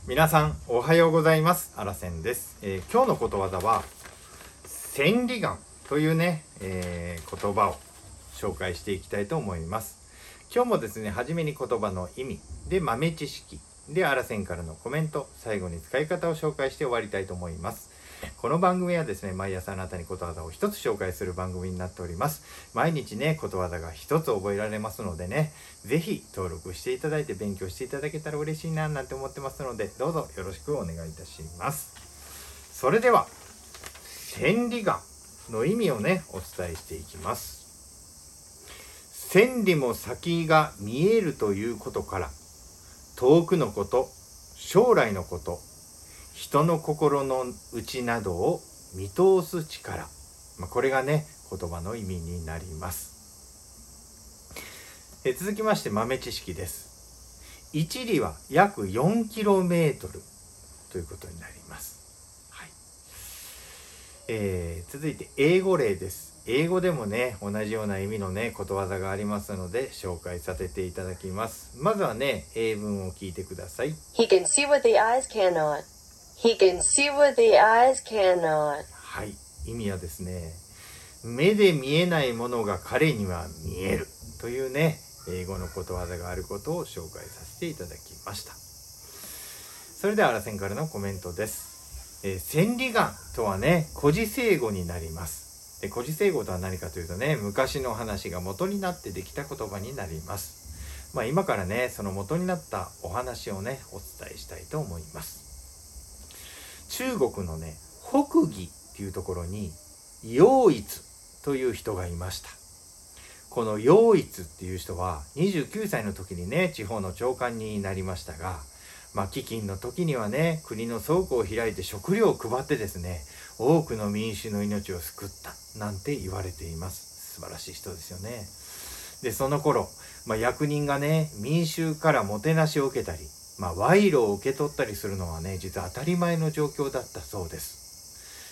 皆さんおはようございます。あらせんです。今日のことわざは千里眼というね、言葉を紹介していきたいと思います。今日もですね、初めに言葉の意味で豆知識であらせんからのコメント、最後に使い方を紹介して終わりたいと思います。この番組はですね、毎朝あなたにことわざを一つ紹介する番組になっております。毎日ね、ことわざが一つ覚えられますのでね、ぜひ登録していただいて勉強していただけたら嬉しいななんて思ってますので、どうぞよろしくお願いいたします。それでは千里眼の意味をね、お伝えしていきます。千里も先が見えるということから、遠くのこと、将来のこと、人の心の内などを見通す力、これがね、言葉の意味になります。続きまして豆知識です。1里は約 4km ということになります。はい。続いて英語例です。英語でもね、同じような意味のね、ことわざがありますので紹介させていただきます。まずはね、英文を聞いてください。 He can see what the eyes cannot. He can see what the eyes cannot. はい、意味はですね、目で見えないものが彼には見えるというね、英語のことわざがあることを紹介させていただきました。それではあらせんからのコメントです。千里眼とはね、古事成語になります。で、古事成語とは何かというとね、昔の話が元になってできた言葉になります。今からね、その元になったお話をね、お伝えしたいと思います。中国のね、北魏っていうところに楊一という人がいました。この楊一っていう人は29歳の時にね、地方の長官になりましたが、飢饉の時にはね、国の倉庫を開いて食料を配ってですね、多くの民衆の命を救ったなんて言われています。素晴らしい人ですよね。で、その頃、役人がね、民衆からもてなしを受けたり、賄賂を受け取ったりするのはね、実は当たり前の状況だったそうです。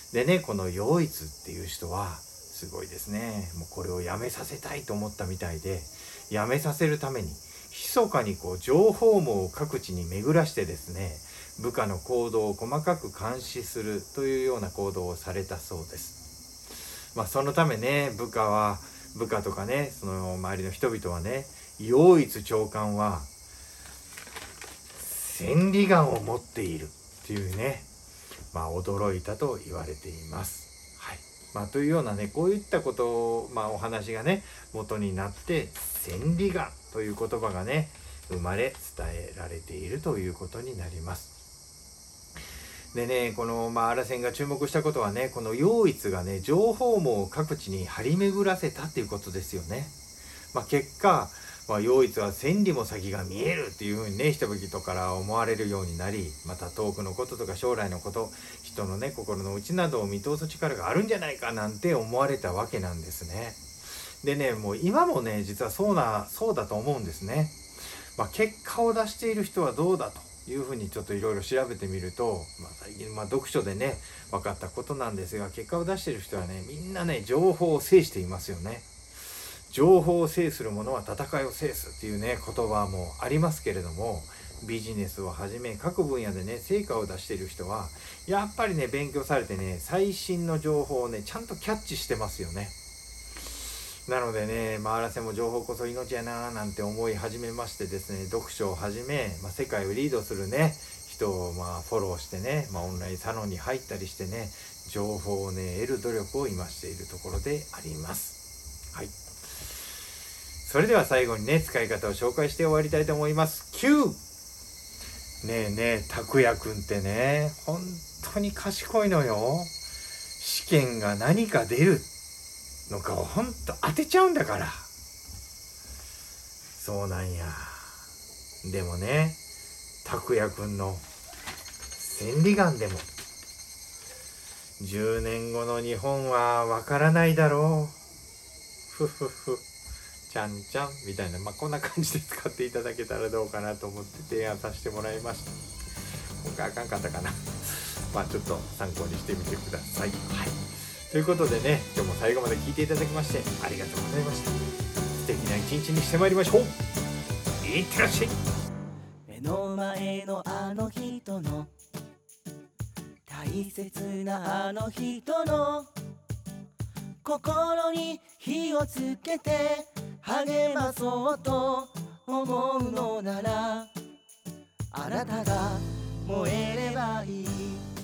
でね、この楊一っていう人はすごいですね。もうこれをやめさせたいと思ったみたいで、やめさせるために密かに情報網を各地に巡らしてですね、部下の行動を細かく監視するというような行動をされたそうです。そのためね、部下とかね、その周りの人々はね、楊一長官は千里眼を持っているっていうね、驚いたと言われています。はい。というようなね、こういったことを、お話がね、元になって千里眼という言葉がね、生まれ伝えられているということになります。でね、このあらせんが注目したことはね、この楊一がね、情報網を各地に張り巡らせたっていうことですよね。結果、楊一は千里も先が見えるっていうふうにね、人々から思われるようになり、また遠くのこととか将来のこと、人のね、心の内などを見通す力があるんじゃないかなんて思われたわけなんですね。でね、もう今もね、実はそうだと思うんですね。結果を出している人はどうだというふうにちょっといろいろ調べてみると、最近読書でね、分かったことなんですが、結果を出している人はね、みんなね、情報を制していますよね。情報を制する者は戦いを制すっていうね、言葉もありますけれども、ビジネスをはじめ各分野でね、成果を出している人はやっぱりね、勉強されてね、最新の情報をね、ちゃんとキャッチしてますよね。なのでね、あらせも情報こそ命やななんて思い始めましてですね、読書をはじめ、世界をリードするね、人をフォローしてね、オンラインサロンに入ったりしてね、情報をね、得る努力を今しているところであります。はい。それでは最後にね、使い方を紹介して終わりたいと思います。9! ねえねえ、拓也くんってね、本当に賢いのよ。試験が何か出るのかをほんと当てちゃうんだから。そうなんや。でもね、拓也くんの千里眼でも10年後の日本はわからないだろう。ふふふ。ちゃんちゃんみたいな、こんな感じで使っていただけたらどうかなと思って提案させてもらいました。今回あかんかったかな。ちょっと参考にしてみてください。はい。ということでね、今日も最後まで聞いていただきましてありがとうございました。素敵な一日にしてまいりましょう。いってらっしゃい。 の前のあの人の大切なあの人の心に火をつけて励まそうと思うのならあなたが燃えればいい